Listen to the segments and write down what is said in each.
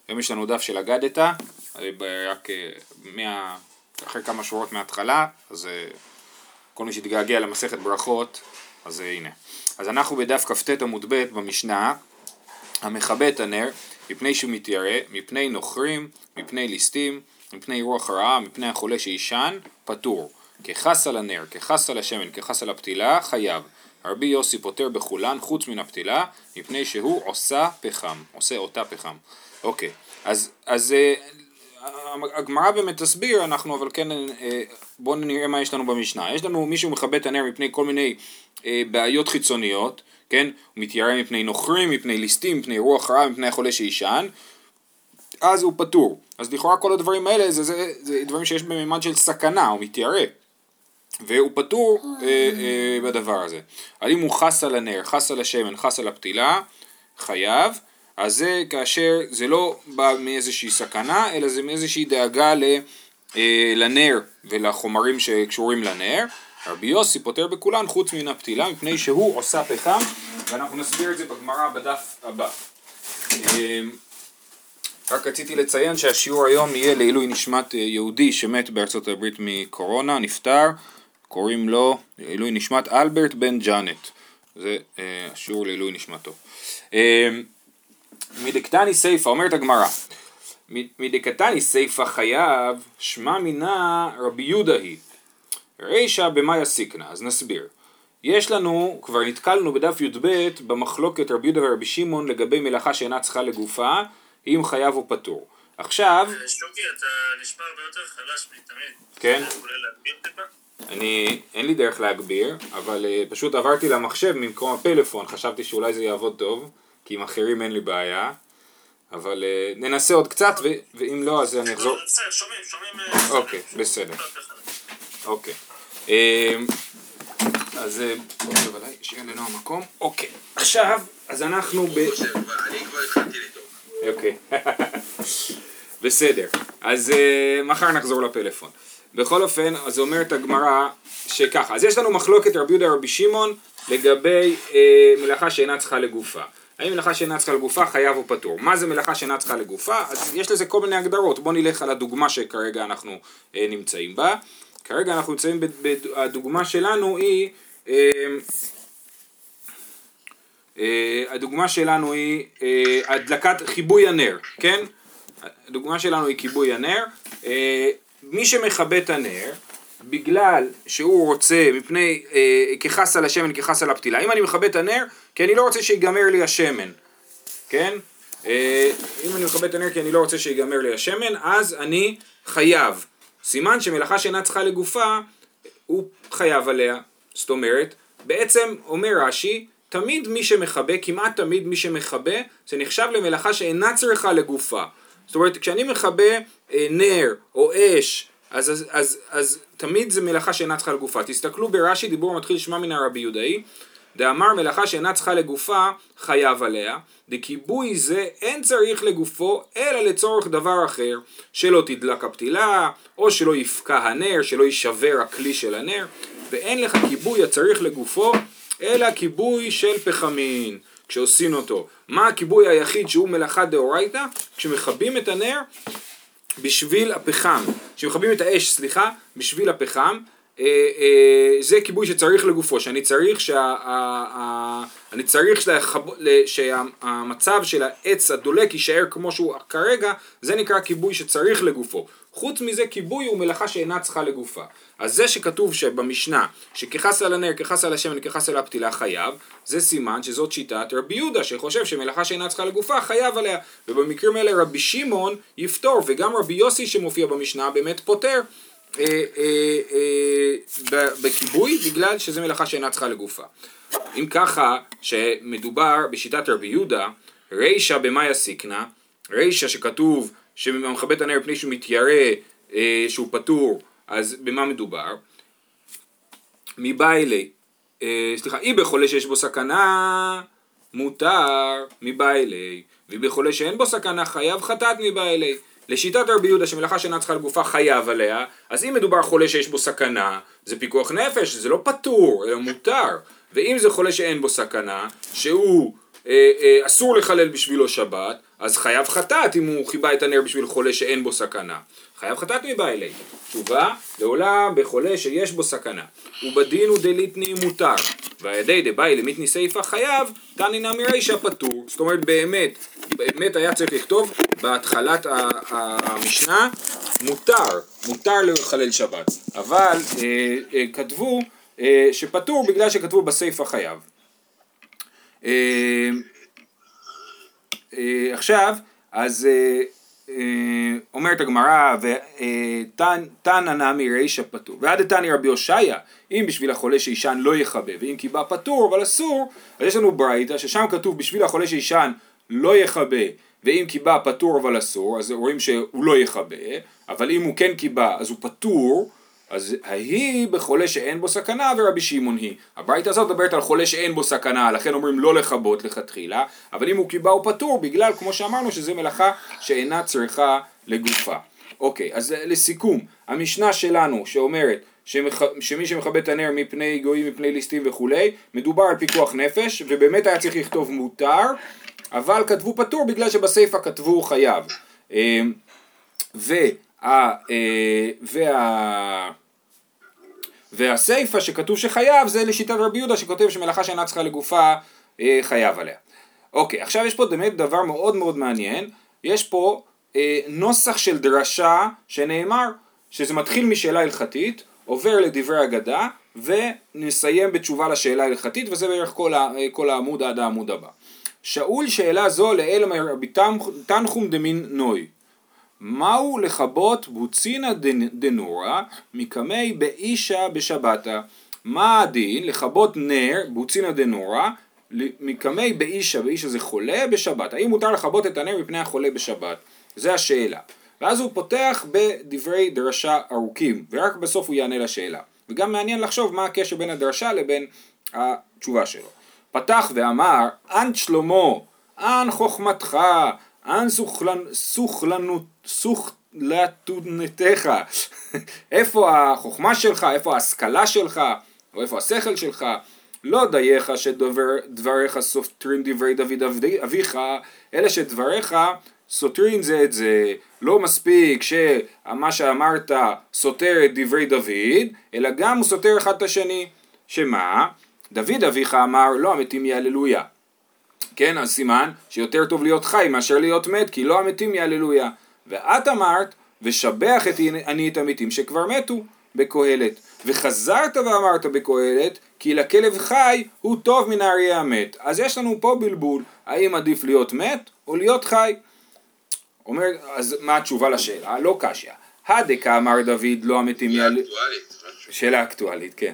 היום יש לנו דף של אגדת, רק אחרי כמה שורות מההתחלה, אז כל מי שתגעגע למסכת ברכות, אז הנה. אז אנחנו בדף כ"ט עמוד ב' במשנה, המכבה את הנר, מפני שהוא מתיירא, מפני נוכרים, מפני ליסטים, מפני רוח רעה, מפני החולה שישן, פטור. כחס על הנר, כחס על השמן, כחס על הפתילה, חייב. רבי יוסי פוטר בכולן חוץ מן הפתילה, מפני שהוא עושה פחם, עושה אותה פחם. אוקיי, אז הגמרא באמת תסביר, אנחנו אבל כן, בואו נראה מה יש לנו במשנה. יש לנו מישהו מכבה את הנר מפני כל מיני בעיות חיצוניות, כן? הוא מתיירא מפני נוכרים, מפני ליסטים, מפני רוח רעה, מפני החולה שישן, אז הוא פטור. אז לכאורה כל הדברים האלה זה דברים שיש בממד של סכנה, הוא מתיירא. והוא פטור בדבר הזה. אבל אם הוא חס על הנר, חס על השמן, חס על הפתילה, חייב. אז זה כאשר זה לא בא מאיזושהי סכנה, אלא זה מאיזושהי דאגה לנר ולחומרים שקשורים לנר. רבי יוסי פוטר בכולן חוץ מן הפתילה, מפני שהוא עושה פחם, ואנחנו נסביר את זה בגמרא בדף הבא. רק רציתי לציין שהשיעור היום יהיה לעילוי נשמת יהודי שמת בארצות הברית מקורונה, נפטר, קוראים לו לעילוי נשמת אלברט בן ג'אנט. זה השיעור לעילוי נשמתו. מדקתני סייפה, אומרת הגמרא, מדקתני סייפה חייב, שמה מינה רבי יהודה היא, רישא במאי הסיקנה. אז נסביר. יש לנו, כבר נתקלנו בדף י"ב במחלוקת רבי יהודה ורבי שמעון לגבי מלאכה שאינה צריכה לגופה, אם חייב או פטור. עכשיו... שוקי, אתה נשמע הרבה יותר חלש מתמיד. כן? אולי להגביר טיפה? אין לי דרך להגביר, אבל פשוט עברתי למחשב ממקום הפלאפון, חשבתי שאולי זה יעבוד טוב, כי עם אחרים אין לי בעיה, אבל ננסה עוד קצת, ואם לא אז אני אחזור. שומעים. אוקיי, בסדר. אוקיי. אז בוודאי, שיהיה לנו המקום. אוקיי, עכשיו, אז אנחנו אני כבר התחלתי לטוב. אוקיי. בסדר. אז מחר נחזור לפלאפון. בכל אופן, אז אומרת הגמרא שככה, אז יש לנו מחלוקת רבי יהודה ורבי שמעון לגבי מלאכה שאינה צריכה לגופה. האם מלאכה שאינה צריכה לגופה חייב או פטור? מה זה מלאכה שאינה צריכה לגופה? אז יש לזה כל מיני הגדרות. בואו נלך על הדוגמה שכרגע אנחנו נמצאים בה. כרגע אנחנו נמצאים, הדוגמה שלנו היא, הדלקת חיבוי הנר, כן? הדוגמה שלנו היא כיבוי הנר. מי שמכבה את הנר, בגלל שהוא רוצה, מפני כחס על השמן, כחס על הפתילה. אם אני מכבה את הנר, כי אני לא רוצה שיגמר לי השמן, כן? אם אני מכבה את הנר כי אני לא רוצה שיגמר לי השמן, אז אני חייב. סימן שמלאכה שאינה צריכה לגופה, הוא חייב עליה. זאת אומרת, בעצם אומר רש"י, תמיד מי שמכבה, כמעט תמיד מי שמכבה, זה נחשב למלאכה שאינה צריכה לגופה. זאת אומרת, כשאני מכבה נר או אש, אז תמיד זה מלאכה שאינה צריכה לגופה. תסתכלו ברש"י, דיבור מתחיל שמע מן הרבי יהודאי, דאמר מלאכה שאינה צריכה לגופה, חייב עליה, דכיבוי זה אין צריך לגופו, אלא לצורך דבר אחר, שלא תדלק הפתילה, או שלא יפקע הנר, שלא יישבר הכלי של הנר, ואין לך כיבוי הצריך לגופו, אלא כיבוי של פחמין, כשעושים אותו. מה הכיבוי היחיד שהוא מלאכה דאורייתא? כשמכבים את הנר בשביל הפחם, כשמכבים את האש, סליחה, בשביל הפחם, זה כיבוי שצריך לגופו, שאני צריך שהמצב של העץ הדולק יישאר כמו שהוא כרגע, זה נקרא כיבוי שצריך לגופו. חוץ מזה כיבוי הוא מלאכה שאינה צריכה לגופה. אז זה שכתוב שבמשנה, שכחס על הנר, כחס על השמן, כחס על הפתילה חייב, זה סימן שזאת שיטת רבי יהודה, שחושב שמלאכה שאינה צריכה לגופה חייב עליה. ובמקרים האלה רבי שמעון יפתור, וגם רבי יוסי שמופיע במשנה באמת פותר, בכיבוי בגלל שזה מלאכה שאינה צריכה לגופה. אם ככה שמדובר בשיטת רבי יהודה, רישא במאי הסיקנה, רישא שכתוב שמכבה את הנר פני שהוא מתיירא, שהוא פטור, אז במה מדובר? מבעילי, אי בחולה שיש בו סכנה מותר מבעילי, ובחולה שאין בו סכנה חייב חטאת מבעילי. לשיטת רבי יהודה שמלאכה שאינה צריכה לגופה חייב עליה, אז אם מדובר חולה שיש בו סכנה, זה פיקוח נפש, זה לא פטור, זה מותר. ואם זה חולה שאין בו סכנה, שהוא אסור לחלל בשבילו שבת, אז חייב חטאת אם הוא חיבה את הנר בשביל חולה שאין בו סכנה. חייב חטאת מבעילי. תשובה, לעולם בחולה שיש בו סכנה. ובדין ודליתני מותר. והידי דבאי למיתני סייפה חייב, תנינה מרישה פטור. זאת אומרת באמת היה צריך לכתוב בהתחלת המשנה, מותר לחלל שבת. אבל כתבו שפטור בגלל שכתבו בסייפה חייב. עכשיו, אז אומרת הגמרא, תנא נמי רישא פטור, ועד תני רבי הושעיה, אם בשביל החולה שישן לא יכבה, ואם קיבה פטור אבל אסור, אז יש לנו ברייתא ששם כתוב בשביל החולה שישן לא יכבה, ואם קיבה פטור אבל אסור, אז רואים שהוא לא יכבה, אבל אם הוא כן קיבה אז הוא פטור, אז היא בחולה שאין בו סכנה ורבי שמעון היא. הברייתא הזאת מדברת על חולה שאין בו סכנה, לכן אומרים לא לכבות לכתחילה, אבל אם הוא קיבה הוא פטור בגלל, כמו שאמרנו, שזה מלאכה שאינה צריכה לגופה. אוקיי, אז לסיכום, המשנה שלנו שאומרת שמי שמכבה את הנר מפני גויים, מפני ליסטים וכולי, מדובר על פיקוח נפש, ובאמת היה צריך לכתוב מותר, אבל כתבו פטור בגלל שבסייפה כתבו חייב. והסייפה שכתוב שחייב זה לשיטת רבי יהודה שכותב שמלאכה שאינה צריכה לגופה חייב עליה. אוקיי, עכשיו יש פה באמת דבר מאוד מאוד מעניין, יש פה נוסח של דרשה שנאמר שזה מתחיל משאלה הלכתית, עובר לדברי אגדה ונסיים בתשובה לשאלה ההלכתית, וזה בערך כל העמוד עד העמוד הבא. שאול שאלה זו לאל רבי תנחום דמין נוי, מהו לכבות בוצינא דנורא מקמי באישה בשבתא? מה הדין לכבות נר בוצינא דנורא מקמי באישה, באישה זה חולה בשבת? האם מותר לכבות את הנר מפני החולה בשבת? זה השאלה. ואז הוא פותח בדברי דרשה ארוכים, ורק בסוף הוא יענה לשאלה. וגם מעניין לחשוב מה הקשר בין הדרשה לבין התשובה שלו. פתח ואמר, אנ שלמה, אנ חוכמתך, אנ סוכלתונתך, איפה החוכמה שלך, איפה ההשכלה שלך, או איפה השכל שלך, לא דייך שדבריך סותרים דברי דוד אביך, אלא שדבריך סותרים זה את זה, לא מספיק שמה שאמרת סותר את דברי דוד, אלא גם הוא סותר אחד את השני, שמה? דוד אביך אמר לא המתים יהללויה, כן, אז סימן שיותר טוב להיות חי מאשר להיות מת, כי לא המתים יהללויה. ואת אמרת, ושבח אני את המתים שכבר מתו בקהלת. וחזרת ואמרת בקהלת, כי לכלב חי הוא טוב מן האריה המת. אז יש לנו פה בלבול, האם עדיף להיות מת או להיות חי? אומר, אז מה התשובה לשאלה? לא קשיא. הדקה אמר דוד לא המתים יהללויה. שאלה אקטואלית, כן.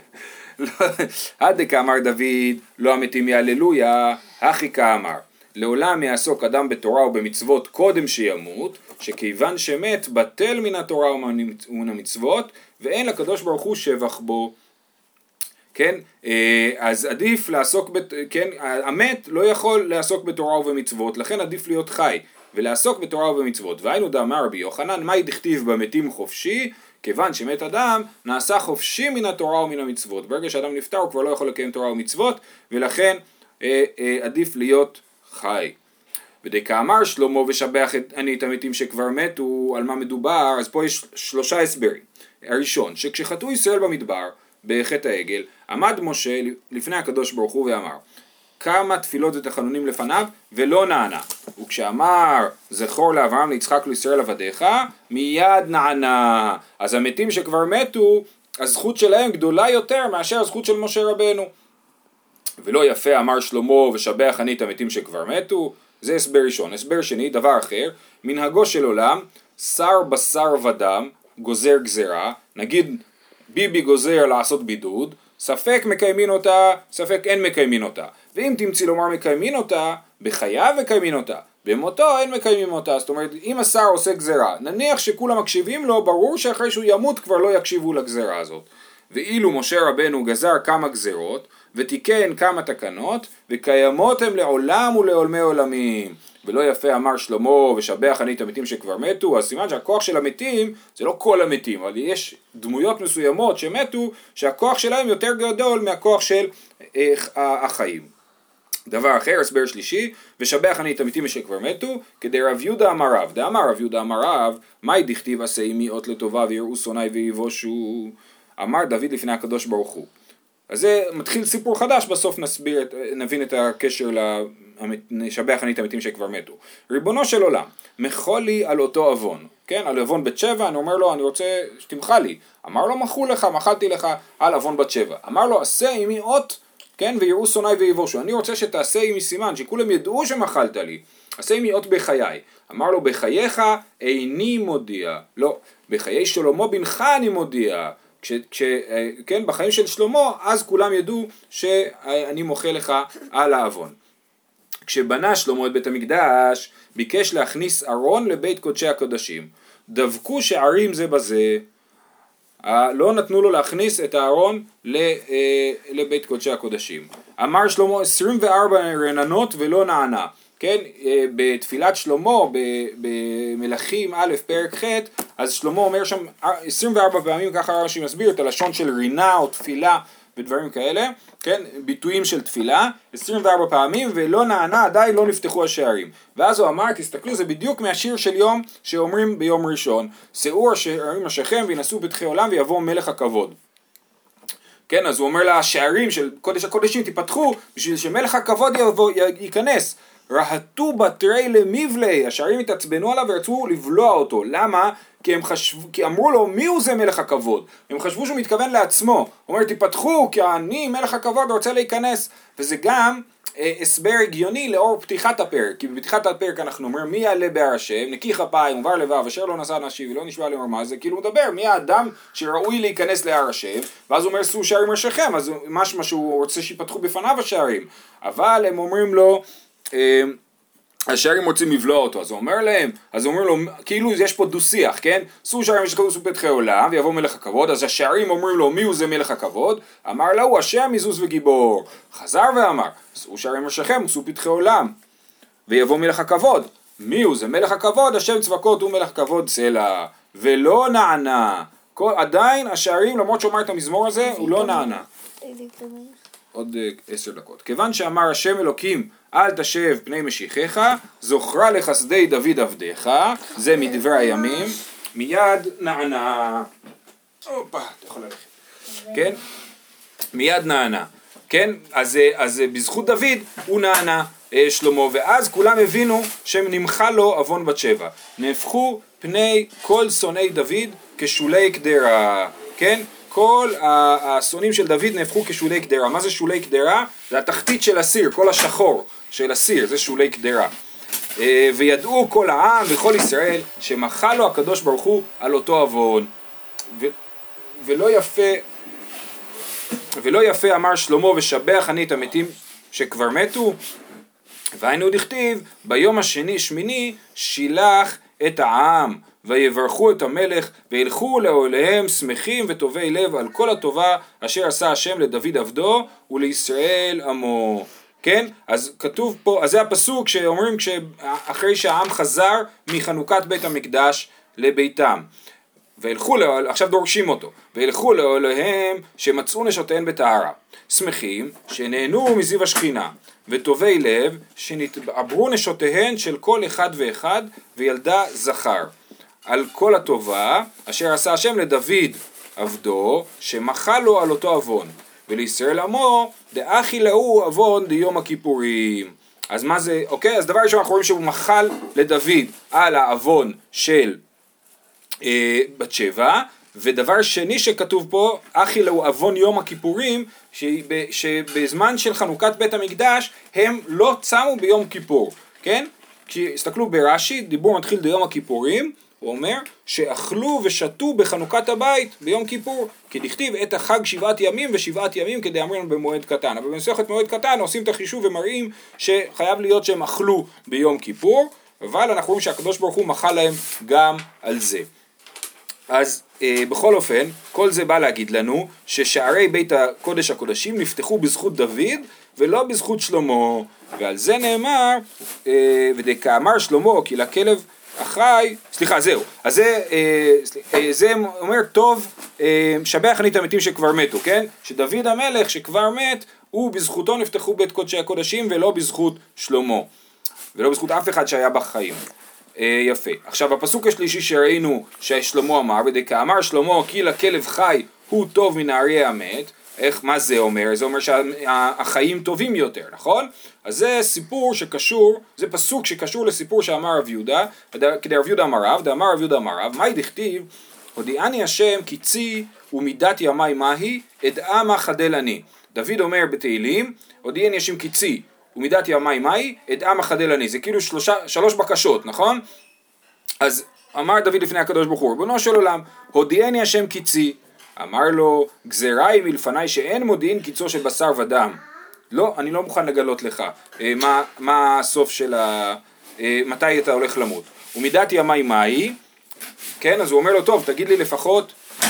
הדקה אמר דוד לא המתים יהללויה, הכי אמר לעולם יעסוק אדם בתורה ובמצוות קודם שימות, שכיוון שמת בטל מן התורה ומן המצוות, ואין לקדוש ברוך הוא שבח בו. כן, אז עדיף לעסוק, כן, המת לא יכול לעסוק בתורה ובמצוות, לכן עדיף להיות חי ולעסוק בתורה ובמצוות. והיינו דאמר רבי יוחנן, מהי דכתיב במתים חופשי? כיוון שמת אדם נעשה חופשי מן התורה ומן המצוות. ברגע שאדם נפטר הוא כבר לא יכול לקיים תורה ומצוות, ולכן עדיף להיות חי. ודכאמר שלמה ושבח אני את המתים שכבר מתו, על מה מדובר? אז פה יש 3 הסברים. הראשון, שכשחטאו ישראל במדבר בחטא העגל, עמד משה לפני הקדוש ברוך הוא ואמר, כמה תפילות ותחנונים לפניו ולא נענה. וכשאמר זכור לאברהם ליצחק לישראל עבדיך, מיד נענה. אז המתים שכבר מתו, הזכות שלהם גדולה יותר מאשר הזכות של משה רבנו. ולא יפה אמר שלמה ושבח אני את המתים שכבר מתו. זה הסבר ראשון. הסבר שני, דבר אחר, מנהגו של עולם, שר בשר ודם גוזר גזרה, נגיד ביבי גוזר לעשות בידוד, ספק מקיימין אותה, ספק אין מקיימין אותה. ואם תמציא לומר מקיימין אותה, בחייו מקיימין אותה, במותו אין מקיימים אותה. זאת אומרת, אם השר עושה גזרה, נניח שכולם מקשיבים לו, ברור שאחרי שהוא ימות כבר לא יקשיבו לגזרה הזאת. ואילו משה רבנו גזר כמה גזרות, ותיקן כמה תקנות, וקיימות הם לעולם ולעולמי עולמים. ולא יפה אמר שלמה ושבח אני את המתים שכבר מתו, אז סימן שהכוח של המתים זה לא כל המתים, אבל יש דמויות מסוימות שמתו שהכוח שלהם יותר גדול מהכוח של החיים. דבר אחר, הסבר שלישי, ושבח אני את המתים שכבר מתו, כדי רב יהודה אמר רב. דאמר רב יהודה אמר רב, מהי דכתיב עשי מאות לטובה ויראו שונאי ויבושו, אמר דוד לפני הקדוש ברוך הוא. אז זה מתחיל סיפור חדש, בסוף נבין את הקשר לשבח אני את המתים שכבר מתו. ריבונו של עולם, מחול לי על אותו אבון, כן, על אבון בת שבע, אני אומר לו, אני רוצה שתמחה לי. אמר לו, מחול לך, מחלתי לך על אבון בת שבע. אמר לו, עשה עמי אות, כן, ויראו שונאי ויבושו. אני רוצה שתעשה עמי סימן, שכולם ידעו שמחלת לי. עשה עמי אות בחיי. אמר לו, בחייך איני מודיע. לא, בחיי שלמה בנך אני מודיע. כן, בחיים של שלמה, אז כולם ידעו שאני מוחה לך על האבון. כשבנה שלמה את בית המקדש, ביקש להכניס ארון לבית קודשי הקודשים. דבקו שערים זה בזה, לא נתנו לו להכניס את הארון לבית קודשי הקודשים. אמר שלמה 24 רננות ולא נענה. כן, בתפילת שלמה, במלכים א' פרק ח', אז שלמה אומר שם 24 פעמים, ככה רש"י מסביר את הלשון של רינה או תפילה ודברים כאלה, כן, ביטויים של תפילה, 24 פעמים ולא נענה, עדיין לא נפתחו השערים. ואז הוא אמר, תסתכלו, זה בדיוק מהשיר של יום שאומרים ביום ראשון, שאו השערים השכם וינשאו פתחי עולם ויבוא מלך הכבוד. כן, אז הוא אומר לה, השערים של קודש הקודשים תיפתחו בשביל שמלך הכבוד ייכנס. רהטו בתרי למבלי, השערים התעצבנו עליו ורצו לבלוע אותו. למה? כי אמרו לו, מי הוא זה מלך הכבוד? הם חשבו שהוא מתכוון לעצמו. הוא אומר, תיפתחו, כי אני מלך הכבוד רוצה להיכנס. וזה גם הסבר הגיוני לאור פתיחת הפרק. כי בפתיחת הפרק אנחנו אומרים, מי יעלה בהר השם, נקי כפיים, ובר לבב, אשר לא נשא נשי ולא נשבע למרמה. זה כאילו מדבר, מי האדם שראוי להיכנס להר השם, ואז הוא אומר, שאו שערים ראשיכם, אז משמע שהוא רוצה שיפתחו בפניו השערים. אבל הם אומרים לו, השערים רוצים לבלוע אותו, אז הוא אומר לו, כאילו יש פה דו-שיח, כן? שאו שערים ראשיכם ושאו פתחי עולם, ויבוא מלך הכבוד, אז השערים אומרים לו, מי הוא זה מלך הכבוד? אמר לה, הוא השם מזוז וגיבור. חזר ואמר, שאו שערים ראשיכם ושאו פתחי עולם, ויבוא מלך הכבוד. מי הוא זה מלך הכבוד? השם צבקות הוא מלך כבוד סלע, ולא נענה. עדיין השערים, למרות שאומר את המזמור הזה, הוא לא נענה. עוד 10 דקות. כיוון שאמר השם אלוקים, אל תשב פני משיחך, זוכרה לחסדי דוד עבדיך, זה מדברי הימים, מיד נענה. אופה, אתה יכול ללכת. כן? מיד נענה. כן? אז בזכות דוד הוא נענה שלמה, ואז כולם הבינו שנמחה לו עוון בת שבע. נהפכו פני כל שונאי דוד כשולי קדרה. כן? כל השונאים של דוד נהפכו כשולי קדרה. מה זה שולי קדרה? זה התחתית של הסיר, כל השחור של הסיר, זה שולי קדרה. וידעו כל העם וכל ישראל שמחה לו הקדוש ברוך הוא על אותו עוון. ולא יפה אמר שלמה ושבח אני את המתים שכבר מתו. והיינו דכתיב ביום השמיני שילח את העם ויברכו את המלך וילכו לאוהליהם שמחים וטובי לב על כל הטובה אשר עשה השם לדוד עבדו ולישראל עמו. כן? אז כתוב פה, אז זה הפסוק שאומרים אחרי שהעם חזר מחנוכת בית המקדש לביתם. עכשיו דורשים אותו, וילכו לאוהליהם שמצאו נשותיהן בטהרה, שמחים שנהנו מזיו השכינה, וטובי לב שנתעברו נשותיהן של כל אחד ואחד וילדה זכר, על כל הטובה אשר עשה השם לדוד עבדו, שמחה לו על אותו עוון, ולישראל עמו דאחי להו עוון דיום הכיפורים. אז מה זה? אוקיי, אז דבר ראשון אנחנו רואים שהוא מחל לדוד על העוון של בת שבע, ודבר שני שכתוב פה, אחי להו עוון יום הכיפורים, שבזמן של חנוכת בית המקדש הם לא צמו ביום כיפור, כן? כשהסתכלו ברש"י, דיבור מתחיל ביום הכיפורים, הוא אומר שאכלו ושתו בחנוכת הבית ביום כיפור, כי דכתיב את החג 7 ימים ו7 ימים כדי אמרנו במועד קטן, אבל במסכת מועד קטן עושים את החישוב ומראים שחייב להיות שהם אכלו ביום כיפור, אבל אנחנו רואים שהקדוש ברוך הוא מחל להם גם על זה. אז בכל אופן, כל זה בא להגיד לנו ששערי בית הקודש הקודשים נפתחו בזכות דוד ולא בזכות שלמה, ועל זה נאמר, ודכאמר שלמה כי לכלב אחראי, סליחה זהו, אז זה אומר טוב, שבח אני את המתים שכבר מתו, כן? שדוד המלך שכבר מת, ובזכותו נפתחו בית קודשי הקודשים ולא בזכות שלמה, ולא בזכות אף אחד שהיה בחיים. יפה. עכשיו הפסוק השלישי שראינו ששלמה אמר, ודכאמר שלמה כי לכלב חי הוא טוב מן האריה המת, מה זה אומר? זה אומר שהחיים טובים יותר, נכון? אז זה סיפור שקשור, זה פסוק שקשור לסיפור שאמר רב יהודה, כדי רב יהודה אמר רב, דאמר רב יהודה אמר רב, מהי דכתיב? הודיעני השם קיצי ומידת ימי מהי, אדעמה חדל אני. דוד אומר בתהילים, הודיעני השם קיצי ומידת ימי מהי, אדעמה חדל אני. זה כאילו שלוש בקשות, נכון? אז אמר דוד לפני הקדוש ברוך הוא, ריבונו של עולם, הודיעני השם קיצי, אמר לו, גזירה היא מלפני שאין מודיעין קיצו של בשר ודם. לא, אני לא מוכן לגלות לך. מה הסוף של מתי אתה הולך למות. ומידת ימי מהי, כן, אז הוא אומר לו, טוב, תגיד לי לפחות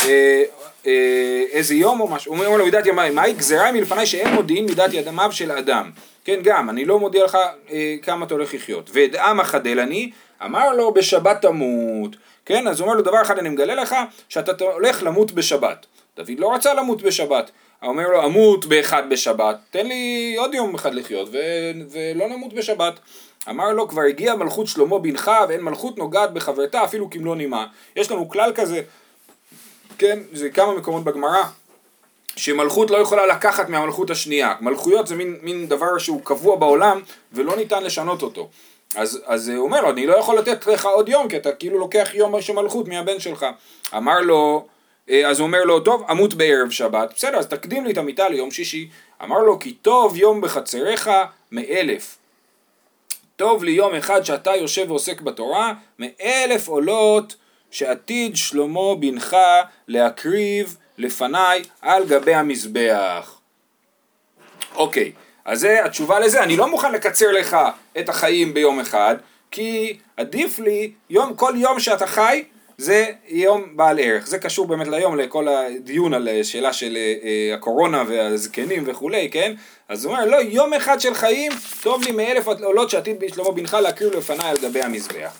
איזה יום או משהו. הוא אומר לו, מידת ימי מהי, גזירה היא מלפני שאין מודיעין מידת ידמיו של אדם. כן, גם, אני לא מודיע לך כמה אתה הולך לחיות. ואדעמה חדל אני, אמר לו, בשבת תמות. כן, אז הוא אומר לו, דבר אחד אני מגלה לך, שאתה הולך למות בשבת. דוד לא רצה למות בשבת. הוא אומר לו, אמות באחד בשבת, תן לי עוד יום אחד לחיות, ולא נמות בשבת. אמר לו, כבר הגיע מלכות שלמה בנך, ואין מלכות נוגעת בחברתה, אפילו כמלוא נימה. יש לנו כלל כזה, כן, זה כמה מקומות בגמרא, שמלכות לא יכולה לקחת מהמלכות השנייה. מלכויות זה מין דבר שהוא קבוע בעולם, ולא ניתן לשנות אותו. אז הוא אומר לו, אני לא יכול לתת לך עוד יום, כי אתה כאילו לוקח יום של מלכות מהבן שלך. אמר לו, אז הוא אומר לו, טוב, אמות בערב שבת, בסדר, אז תקדים לי את המיטה ליום שישי. אמר לו, כי טוב יום בחצריך 1,000. טוב לי יום אחד שאתה יושב ועוסק בתורה, 1,000 עולות שעתיד שלמה בנך להקריב לפניי על גבי המזבח. אוקיי. אז זה התשובה לזה, אני לא מוכן לקצר לך את החיים ביום אחד, כי עדיף לי, כל יום שאתה חי, זה יום בעל ערך. זה קשור באמת ליום, לכל הדיון על שאלה של הקורונה והזקנים וכולי, כן? אז הוא אומר, לא, יום אחד של חיים, טוב לי 1,000 עולות שעתיד שלמה בנך להקריב לפניי על גבי המזבח.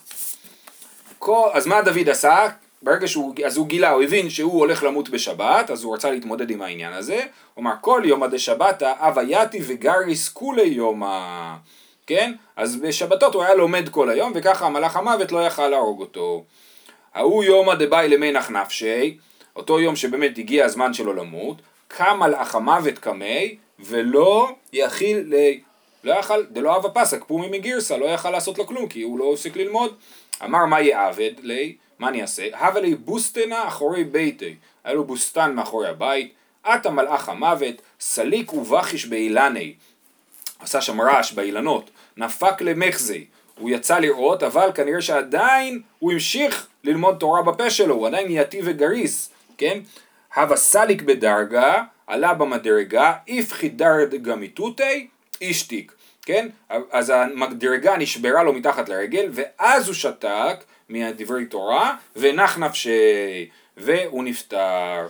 אז מה דוד עשה? ברגע אז הוא גילה, הוא הבין שהוא הולך למות בשבת, אז הוא רצה להתמודד עם העניין הזה. הוא אמר, כל יום עד שבתא, אבייתי וגריס כולי יומא. כן? אז בשבתות הוא היה לומד כל היום, וככה מלאך המוות לא יכל להרוג אותו. ההוא יומא דבאי למנח נפשי, אותו יום שבאמת הגיע הזמן שלו למות, קם מלאך המוות קמי, ולא יכיל לי. לא יכל, דלא אב הפסק, פומי מגירסה, לא יכל לעשות לו כלום, כי הוא לא הפסיק ללמוד. אמר, מה יעבד לי? מה אני אעשה? הווה לי בוסטנה אחורי ביתי, היה לו בוסטן מאחורי הבית, עתה מלאך המוות, סליק ובחיש באילני, עשה שם רעש באילנות, נפק למחזי, הוא יצא לראות, אבל כנראה שעדיין הוא המשיך ללמוד תורה בפה שלו, הוא עדיין יתי וגריס, כן? הווה סליק בדרגה, עלה במדרגה, איפחי דרגה מיתותי, אישתיק, כן? אז המדרגה נשברה לו מתחת לרגל, ואז הוא שתק, מדברי תורה, ונח נפשי, והוא נפטר.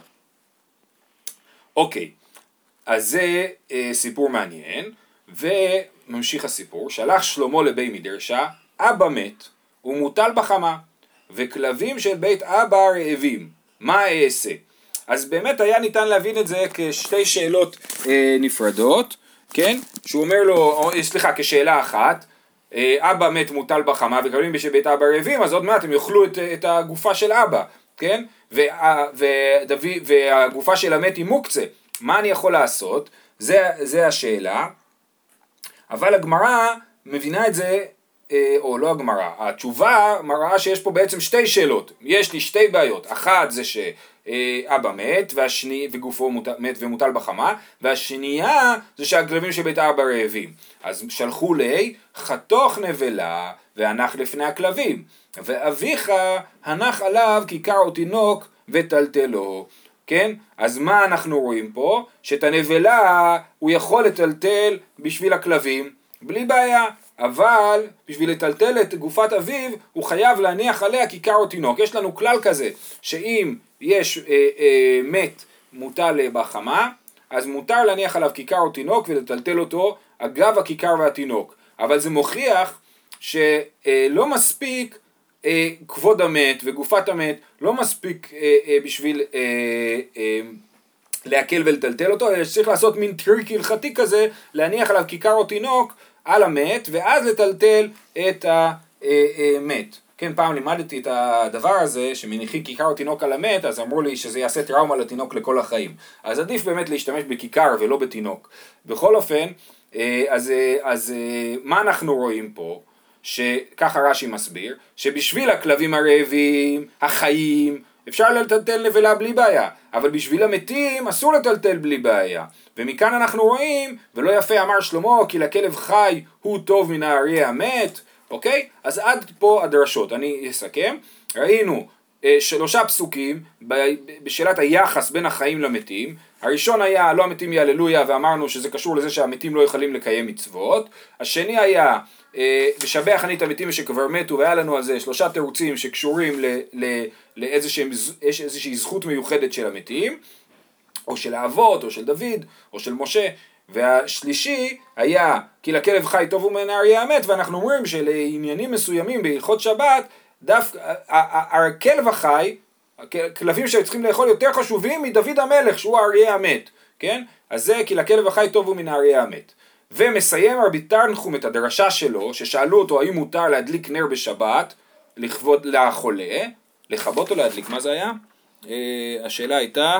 אוקיי, אז זה סיפור מעניין, וממשיך הסיפור, שלח שלמה לבי מדרשה, אבא מת, הוא מוטל בחמה, וכלבים של בית אבא רעבים, מה אעשה? אז באמת היה ניתן להבין את זה כשתי שאלות נפרדות, כן? שהוא אומר לו, סליחה, כשאלה אחת, אבא מת מוטל בחמה וכלבים בשבית אבא רעבים, אז עוד מעט הם יאכלו את הגופה של אבא, כן? והגופה של המת היא מוקצה, מה אני יכול לעשות? זה השאלה, אבל הגמרא מבינה את זה, או לא הגמרא, התשובה מראה שיש פה בעצם שתי שאלות, יש לי שתי בעיות, אחת זה שאבא מת, וגופו מת ומוטל בחמה, והשנייה זה שהכלבים של בית אבא רעבים, אז שלחו לי חתוך נבלה והנח לפני הכלבים, ואביך הנח עליו כיכר או תינוק וטלטלו, כן? אז מה אנחנו רואים פה? שאת הנבלה הוא יכול לטלטל בשביל הכלבים, בלי בעיה, אבל בשביל לטלטל את גופת אביו הוא חייב להניח עליה כיכר או תינוק. יש לנו כלל כזה, שאם יש מת מוטל בחמה, אז מותר להניח עליו כיכר או תינוק ולטלטל אותו אגב הכיכר והתינוק. אבל זה מוכיח שלא מספיק כבוד המת וגופת המת, לא מספיק בשביל להקל ולטלטל אותו, אלא שצריך לעשות מין טריק הלכתי כזה, להניח עליו כיכר או תינוק על המת, ואז לטלטל את המת. כן, פעם לימדתי את הדבר הזה, שמניחים כיכר או תינוק על המת, אז אמרו לי שזה יעשה טראומה לתינוק לכל החיים. אז עדיף באמת להשתמש בכיכר ולא בתינוק. בכל אופן, אז מה אנחנו רואים פה? שככה רש"י מסביר, שבשביל הכלבים הרעבים, החיים, אפשר לטלטל נבלה בלי בעיה, אבל בשביל המתים אסור לטלטל בלי בעיה. ומכאן אנחנו רואים, ולא יפה אמר שלמה, כי לכלב חי הוא טוב מן האריה המת, אוקיי? אז עד פה הדרשות, אני אסכם. ראינו 3 פסוקים בשאלת היחס בין החיים למתים. הראשון היה לא המתים יהללויה, ואמרנו שזה קשור לזה שהמתים לא יכולים לקיים מצוות. השני היה ושבח אני את המתים שכבר מתו, והיה לנו על זה 3 תירוצים שקשורים לאיזושהי זכות מיוחדת של המתים, או של האבות, או של דוד, או של משה. והשלישי היה כי לכלב חי טוב ומן האריה המת, ואנחנו אומרים שלעניינים מסוימים בהלכות שבת, דווקא הכלב החי, הכלבים שצריכים לאכול יותר חשובים מדוד המלך שהוא האריה המת, כן? אז זה כי לכלב החי טוב ומן האריה המת. ומסיים רבי תנחום את הדרשה שלו, ששאלו אותו האם מותר להדליק נר בשבת לכבוד לחולה, לכבות או להדליק, מה זה היה? השאלה הייתה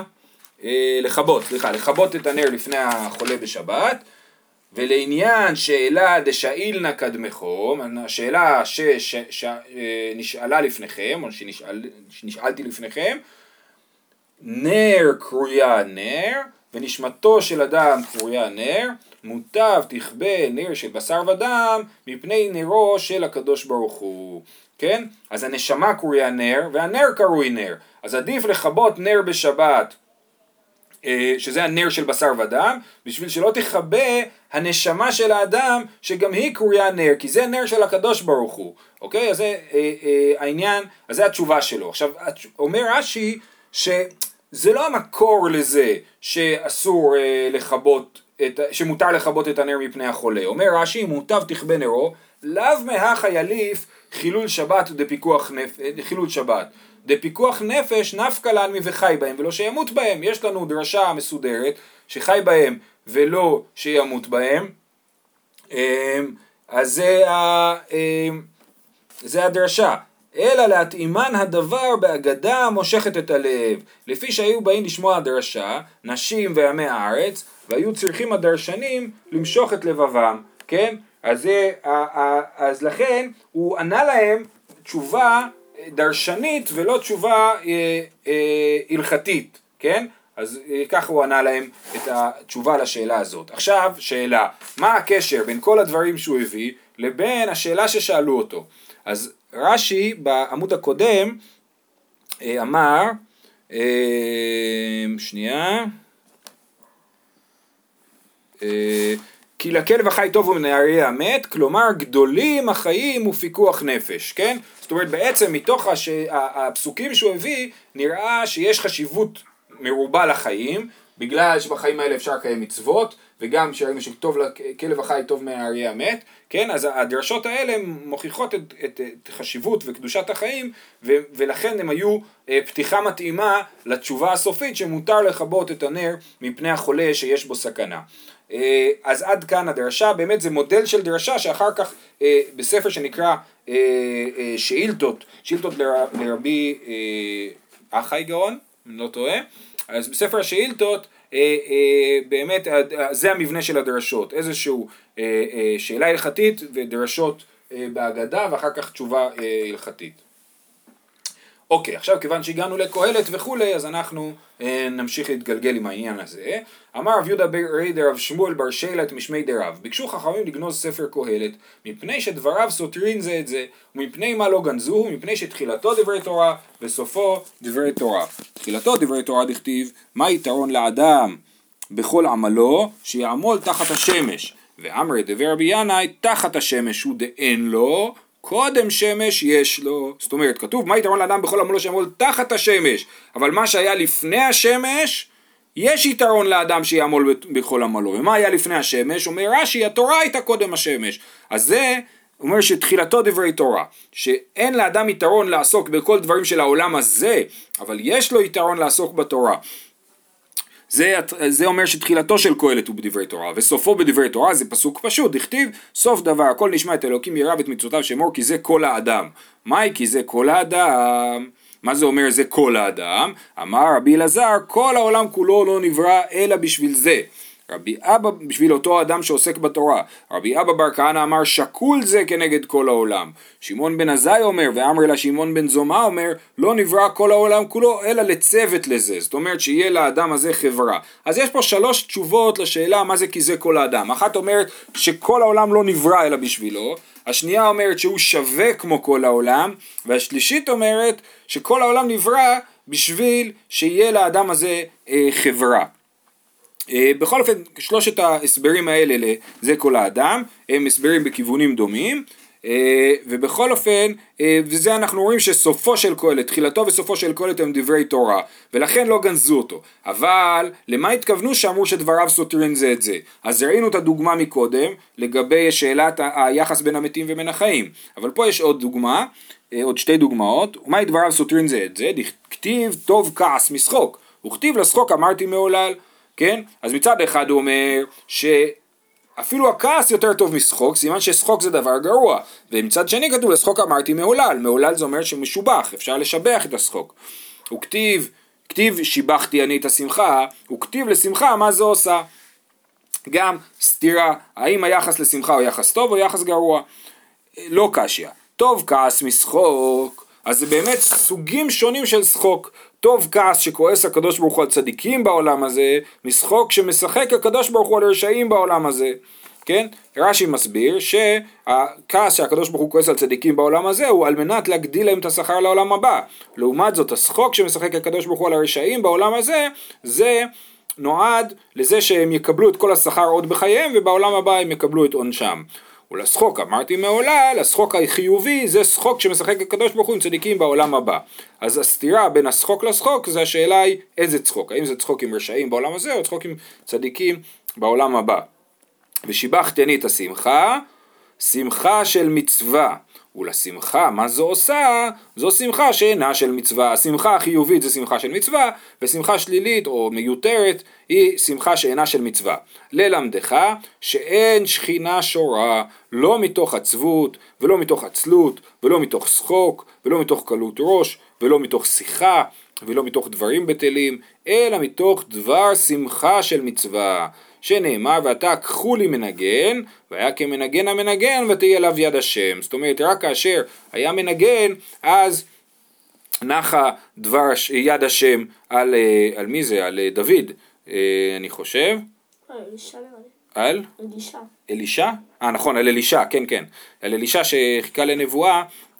לכבות את הנר לפני החולה בשבת. ולעניין שאלה דשאילנה קדמכם, השאלה שנשאלה לפניכם, או שנשאלתי לפניכם, נר קרויה נר, ונשמתו של אדם קרויה נר, מוטב תכבה נר של בשר ודם, מפני נרו של הקדוש ברוך הוא. כן? אז הנשמה קרויה נר, והנר קרוי נר. אז עדיף לכבות נר בשבת, שזה הנר של בשר ודם, בשביל שלא תכבה הנשמה של האדם, שגם היא קרויה נר, כי זה נר של הקדוש ברוך הוא. אוקיי? אז זה העניין, אז זה התשובה שלו. עכשיו, אומר רש"י, שזה לא המקור לזה שאסור שמותר לכבות את הנר מפני החולה. אומר רש"י, מוטב תכבה נרו, לאו מהך יליף חילול שבת חילול שבת. דפיקוח נפש נפקא לן וחי בהם ולא שימות בהם. יש לנו דרשה מסודרת שחי בהם ולא שימות בהם. אז זה הדרשה. אלא להתאימן הדבר בהגדה מושכת את הלב. לפי שהיו באים לשמוע הדרשה, נשים ועמי הארץ, והיו צריכים הדרשנים למשוך את לבבם. כן? אז לכן הוא ענה להם תשובה דרשנית ולא תשובה הלכתית, כן? אז ככה הוא ענה להם את התשובה לשאלה הזאת. עכשיו, שאלה, מה הקשר בין כל הדברים שהוא הביא לבין השאלה ששאלו אותו? אז רש"י בעמוד הקודם אמר, כי לכלב החי טוב ומן האריה המת, כלומר גדולים החיים ופיקוח נפש, כן? זאת אומרת בעצם מתוך הפסוקים שהוא הביא נראה שיש חשיבות מרובה לחיים, בגלל שבחיים האלה אפשר לקיים מצוות, וגם שראינו שכלב החי טוב מהאריה המת, כן? אז הדרשות האלה מוכיחות את חשיבות וקדושת החיים, ולכן הם היו פתיחה מתאימה לתשובה הסופית שמותר לכבות את הנר מפני החולה שיש בו סכנה. אז עד כאן הדרשה, באמת זה מודל של דרשה שאחר כך בספר שנקרא שאילתות לרבי אחי גאון, אם לא טועה, אז בספר השאילתות באמת זה המבנה של הדרשות, איזשהו שאלה הלכתית ודרשות בהגדה ואחר כך תשובה הלכתית. אוקיי, עכשיו כיוון שהגענו לקהלת וכולי, אז אנחנו נמשיך להתגלגל עם העניין הזה. אמר רב יהודה ברי דרב שמואל בר שלת משמי דרב, ביקשו חכמים לגנוז ספר קהלת, מפני שדבריו סותרים זה את זה, ומפני מה לא גנזוהו, מפני שתחילתו דברי תורה, וסופו דברי תורה. תחילתו דברי תורה דכתיב, מה יתרון לאדם בכל עמלו, שיעמול תחת השמש, ואמרי דבר רבי ינאי, תחת השמש הוא דאין לו, קודם שמש יש לו. זאת אומרת, כתוב מה יתרון לאדם בכל עמלו שיעמול תחת השמש, אבל מה שהיה לפני השמש, יש יתרון לאדם שיעמול בכל עמלו. ומה היה לפני השמש? אומר רש"י, התורה הייתה קודם השמש. אז זה אומר שתחילתו דברי תורה, שאין לאדם יתרון לעסוק בכל דברים של העולם הזה, אבל יש לו יתרון לעסוק בתורה. זה אומר שתחילתו של קהלת הוא בדברי תורה, וסופו בדברי תורה זה פסוק פשוט, דכתיב סוף דבר, הכל נשמע את אלוקים ירא ואת מצוותיו שמור, כי זה כל האדם. מהי? כי זה כל האדם. מה זה אומר זה כל האדם? אמר רבי אלעזר, כל העולם כולו לא נברא אלא בשביל זה. רבי אבא בשביל אותו אדם שעוסק בתורה. רבי אבא בר כהנא אמר שקול זה כנגד כל העולם. שמעון בן עזאי אומר, ואמר לה שמעון בן זומא אומר, לא נברא כל העולם כולו אלא לצוות לזה. זאת אומרת שיהיה לאדם הזה חברה. אז יש פה 3 תשובות לשאלה מה זה כי זה כל האדם. אחת אומרת שכל העולם לא נברא אלא בשבילו, השנייה אומרת שהוא שווה כמו כל העולם, והשלישית אומרת שכל העולם נברא בשביל שיהיה לאדם הזה חברה. בכל אופן, 3 ההסברים האלה לזה כל האדם, הם הסברים בכיוונים דומים, ובכל אופן, וזה אנחנו רואים שסופו של קהלת, תחילתו וסופו של קהלת הם דברי תורה, ולכן לא גנזו אותו. אבל למה התכוונו שאמרו שדבריו סותרים זה את זה? אז ראינו את הדוגמה מקודם, לגבי שאלת היחס בין המתים ובין החיים. אבל פה יש עוד דוגמה, עוד 2 דוגמאות, ומה דבריו סותרים זה את זה? כתיב טוב כעס משחוק, וכתיב לשחוק אמרתי מעולל. כן? אז מצד אחד הוא אומר שאפילו הכעס יותר טוב משחוק, סימן ששחוק זה דבר גרוע, ומצד שני כתוב לשחוק אמרתי מעולל, מעולל זה אומר שמשובח, אפשר לשבח את השחוק. הוא כתיב שיבחתי אני את השמחה, הוא כתיב לשמחה מה זה עושה? גם סתירה, האם היחס לשמחה הוא יחס טוב או יחס גרוע? לא קשיא. טוב כעס משחוק, אז זה באמת סוגים שונים של שחוק. טוב כעס שכועס הקדוש ברוך הוא על צדיקים בעולם הזה, משחוק שמשחק הקדוש ברוך הוא על רשעים בעולם הזה. כן? רש"י מסביר שהכעס שהקדוש ברוך הוא כועס על צדיקים בעולם הזה הוא על מנת להגדיל להם את השכר לעולם הבא. לעומת זאת, השחוק שמשחק הקדוש ברוך הוא על הרשעים בעולם הזה, זה נועד לזה שהם יקבלו את כל השכר עוד בחייהם, ובעולם הבא הם יקבלו את עונשם. ולשחוק אמרתי מעולל, השחוק החיובי זה שחוק שמשחק הקדוש ברוך הוא עם צדיקים בעולם הבא. אז הסתירה בין השחוק לשחוק זה השאלה היא איזה צחוק, האם זה צחוק עם רשעים בעולם הזה או צחוק עם צדיקים בעולם הבא. ושיבחתי אני את השמחה, שמחה של מצווה. ולשמחה, מה זו עושה? זו שמחה שאינה של מצווה. השמחה החיובית זה שמחה של מצווה, ושמחה שלילית או מיותרת היא שמחה שאינה של מצווה. ללמדך שאין שכינה שורה, לא מתוך עצבות, ולא מתוך עצלות, ולא מתוך שחוק, ולא מתוך קלות ראש, ולא מתוך שיחה, ולא מתוך דברים בטלים, אלא מתוך דבר שמחה של מצווה. שנאמר ואתה קחו לי מנגן, והיה כמנגן המנגן ותהיה עליו יד השם. זאת אומרת רק כאשר היה מנגן אז נחה דבר יד השם על מי זה? על דוד אני חושב. אלישע נראה לי. על? אלישע. אלישע? נכון, על אלישע, כן. על אלישע שחיכה לנבואה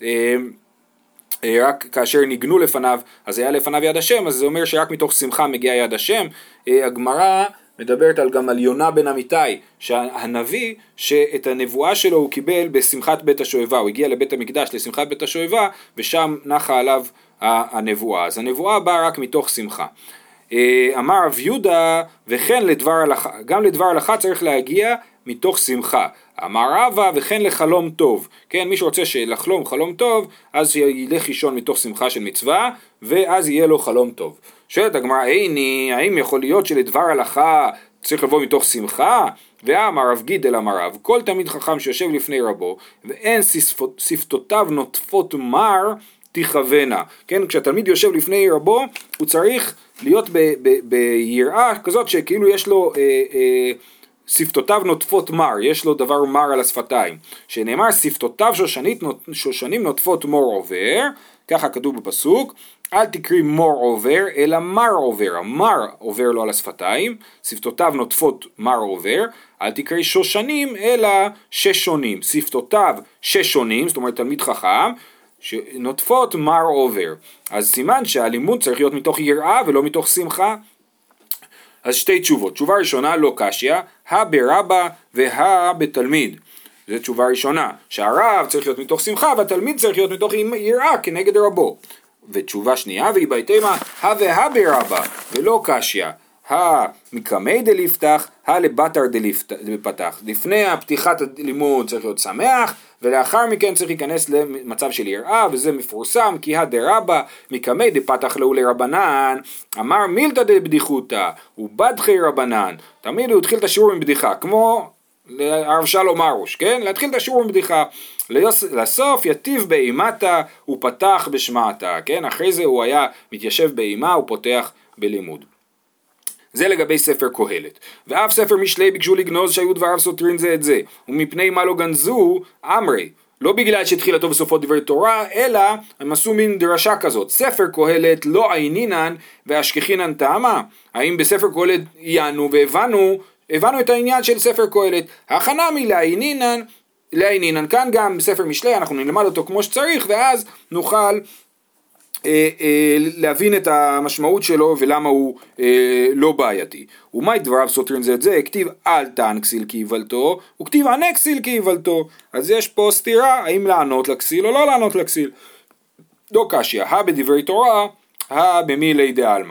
רק כאשר ניגנו לפניו אז היה לפניו יד השם, אז זה אומר שרק מתוך שמחה מגיע יד השם. הגמרא מדברת גם על יונה בן אמיתי, שהנביא שאת הנבואה שלו הוא קיבל בשמחת בית השואבה, הוא הגיע לבית המקדש לשמחת בית השואבה ושם נחה עליו הנבואה, אז הנבואה באה רק מתוך שמחה. אמר רב יהודה וכן לדבר הלכה, גם לדבר הלכה צריך להגיע מתוך שמחה. אמר רבא וכן לחלום טוב, כן, מי שרוצה לחלום חלום טוב אז ילך לישון מתוך שמחה של מצווה ואז יהיה לו חלום טוב. שואלת הגמרא, האם יכול להיות שלדבר הלכה צריך לבוא מתוך שמחה? ואמר רב גידל אמר רב, כל תלמיד חכם שיושב לפני רבו ואין שפתותיו נוטפות מר תכוונה. כן, כשהתלמיד יושב לפני רבו הוא צריך להיות ביראה כזאת שכאילו יש לו שפתותיו נוטפות מר, יש לו דבר מר על השפתיים, שנאמר שפתותיו שושנים נוטפות מור עובר, ככה כתוב בפסוק, אל תקרי מור עובר אלא מר עובר, המר עובר לו על השפתיים, שפתותיו נוטפות מר עובר, אל תקרי שושנים אלא ששונים, שפתותיו ששונים, זאת אומרת תלמיד חכם, שנוטפות מר עובר, אז סימן שהלימוד צריך להיות מתוך יראה ולא מתוך שמחה. אז 2 תשובות, תשובה ראשונה לא קשיא, ברבא בתלמיד, זו תשובה ראשונה, שהרב צריך להיות מתוך שמחה והתלמיד צריך להיות מתוך יראה כנגד רבו. ותשובה שנייה, והיבייתמה ברבא ולא קשיא, מקמי דליפתח, לבטר דליפתח, לפני הפתיחת הלימוד צריך להיות שמח, ולאחר מכן צריך להיכנס למצב של יראה, וזה מפורסם, כי הדרבה מקמי דפתח לו לרבנן, אמר מילתא דבדיחותא, ובדחי רבנן, תמיד הוא התחיל את השיעור עם בדיחה, כמו הרב שלום ארוש, כן? להתחיל את השיעור עם בדיחה, לסוף יטיב באימתה ופתח בשמעתה, כן? אחרי זה הוא היה מתיישב באימה ופותח בלימוד. זה לגבי ספר קהלת. ואף ספר משלי ביקשו לגנוז שהיו דבריו סותרים זה את זה, ומפני מה לא גנזו, אמרי, לא בגלל שהתחילתו בסופו דברי תורה, אלא הם עשו מין דרשה כזאת, ספר קהלת לא עינינן והשכחינן טעמה. האם בספר קהלת עיינו והבנו את העניין של ספר קהלת, הכנה לעינינן, כאן גם בספר משלי אנחנו נלמד אותו כמו שצריך, ואז נוכל להבין את המשמעות שלו ולמה הוא לא בעייתי. ומאי דבריו סותרים זה את זה, כתיב אל תען כסיל כי יבלתו, וכתיב ענה כסיל כי יבלתו. אז יש פה סתירה, האם לענות לכסיל או לא לענות לכסיל. לא קשיא, בדברי תורה, במילי דעלמא.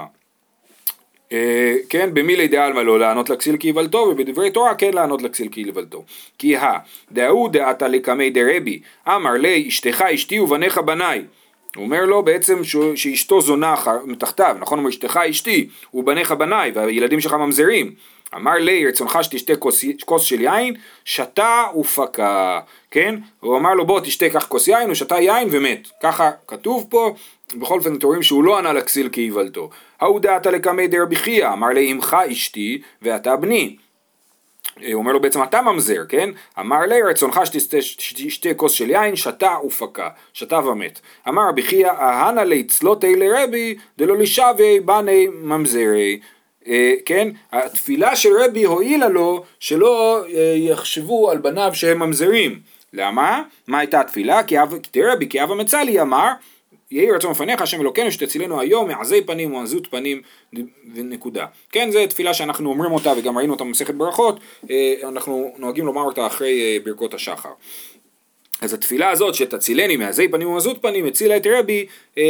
כן, במילי דעלמא לא לענות לכסיל כי יבלתו, ובדברי תורה כן לענות לכסיל כי יבלתו. כי דאו דעתה לקמי דרבי, אמר לי אשתך אשתי ובניך בניי. הוא אומר לו בעצם שאשתו זונה מתחתיו, נכון? הוא אומר אשתך אשתי ובניך בניי והילדים שלך ממזרים. אמר לי רצונך שתשתה כוס של יין, שתה ופקע, כן? הוא אמר לו בוא תשתה כך כוס יין, הוא שתה יין ומת. ככה כתוב פה, בכל אופן אתם רואים שהוא לא ענה לכסיל כי יבלתו. ההוא דעתה לקמי דרבי חייא, אמר לי אמך אשתי ואתה בני. הוא אומר לו בעצם אתה ממזר, כן? אמר לי רצונך שתשתה כוס של יין, שתה ופקע, שתה ומת. אמר רבי חייא אהנה לי צלותי לרבי דלא לשווה בני ממזרי. כן? התפילה של רבי הועילה לו שלא יחשבו על בניו שהם ממזרים. למה? מה הייתה התפילה? כי רבי כי אבא מצלי אמר יהי רצון לפניך השם אלוקינו שתצילנו היום מעזי פנים ועזות פנים ונקודה. כן, זו תפילה שאנחנו אומרים אותה וגם ראינו אותה במסכת ברכות, אנחנו נוהגים לומר אותה אחרי ברכות השחר. אז התפילה הזאת שתצילני מעזי פנים ועזות פנים הצילה את רבי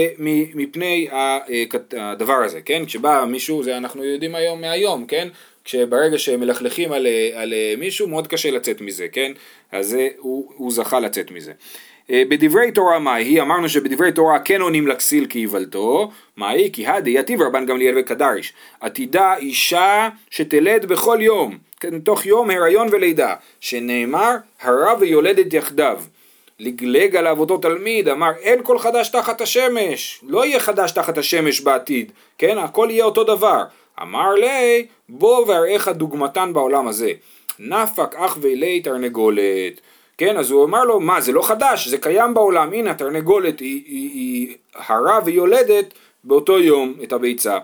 מפני הדבר הזה, כן? כשבא מישהו, זה אנחנו יודעים היום מהיום, כן? כשברגע שמלכלכים על מישהו מאוד קשה לצאת מזה, כן? אז הוא זכה לצאת מזה. בדברי תורה מהי? אמרנו שבדברי תורה כן עונים לכסיל כי יבלתו. מהי? כי יתיב רבן גמליאל וקדריש, עתידה אישה שתלד בכל יום, כן, תוך יום הריון ולידה, שנאמר הרה ויולדת יחדיו. לגלג עליו אותו תלמיד, אמר אין כל חדש תחת השמש, לא יהיה חדש תחת השמש בעתיד, כן, הכל יהיה אותו דבר. אמר לי בוא ואראך דוגמתן בעולם הזה, נפק אח ואלי תרנגולת. כן, אז הוא אמר לו, מה, זה לא חדש, זה קיים בעולם, הנה, התרנגולת היא הרה ויולדת באותו יום את הביצה.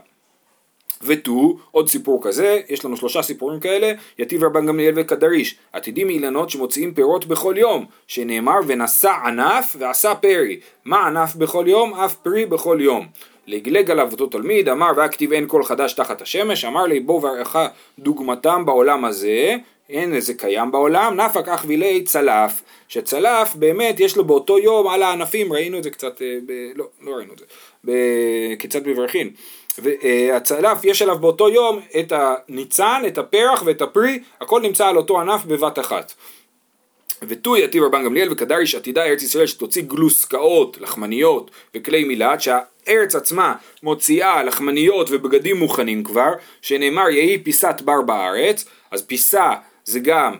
ותו, עוד סיפור כזה, יש לנו 3 סיפורים כאלה, יתיב רבן גמליאל וקדריש, עתידים מאילנות שמוציאים פירות בכל יום, שנאמר ונשא ענף ועשה פרי. מה ענף בכל יום? אף פרי בכל יום. לגלג עליו אותו תלמיד, אמר והכתיב אין כל חדש תחת השמש, אמר לי בוא ואראך דוגמתם בעולם הזה, אין זה קיים בעולם, נפק אח ואלי צלף, שצלף באמת יש לו באותו יום על הענפים, ראינו את זה קצת, לא ראינו את זה, קצת בברכין, והצלף יש עליו באותו יום את הניצן, את הפרח ואת הפרי, הכל נמצא על אותו ענף בבת אחת. ותו יתיב רבן גמליאל וקדריש עתידה ארץ ישראל שתוציא גלוסקאות, לחמניות וכלי מילת, שהארץ עצמה מוציאה לחמניות ובגדים מוכנים כבר, שנאמר יהי פיסת בר בארץ. אז פיסה זה גם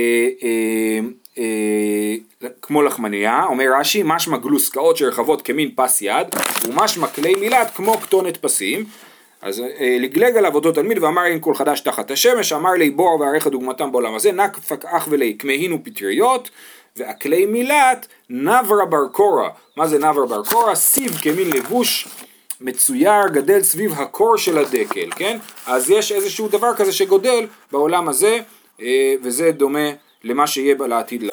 כמו לחמניה, אומר רש"י, משמע גלוסקאות שרחבות כמין פס יד, ומשמע כלי מילת כמו כתונת פסים. אז לגלג עליו אותו תלמיד ואמר אין כל חדש תחת השמש, אמר לי בוא ואראך דוגמתם בעולם הזה, נפק אח ולי כמהין ופטריות, והכלי מילת נברה בר קורא. מה זה נברה בר קורא? סיב כמין לבוש מצויר גדל סביב הקור של הדקל, כן? אז יש איזשהו דבר כזה שגודל בעולם הזה, וזה דומה למה שיהיה לעתיד.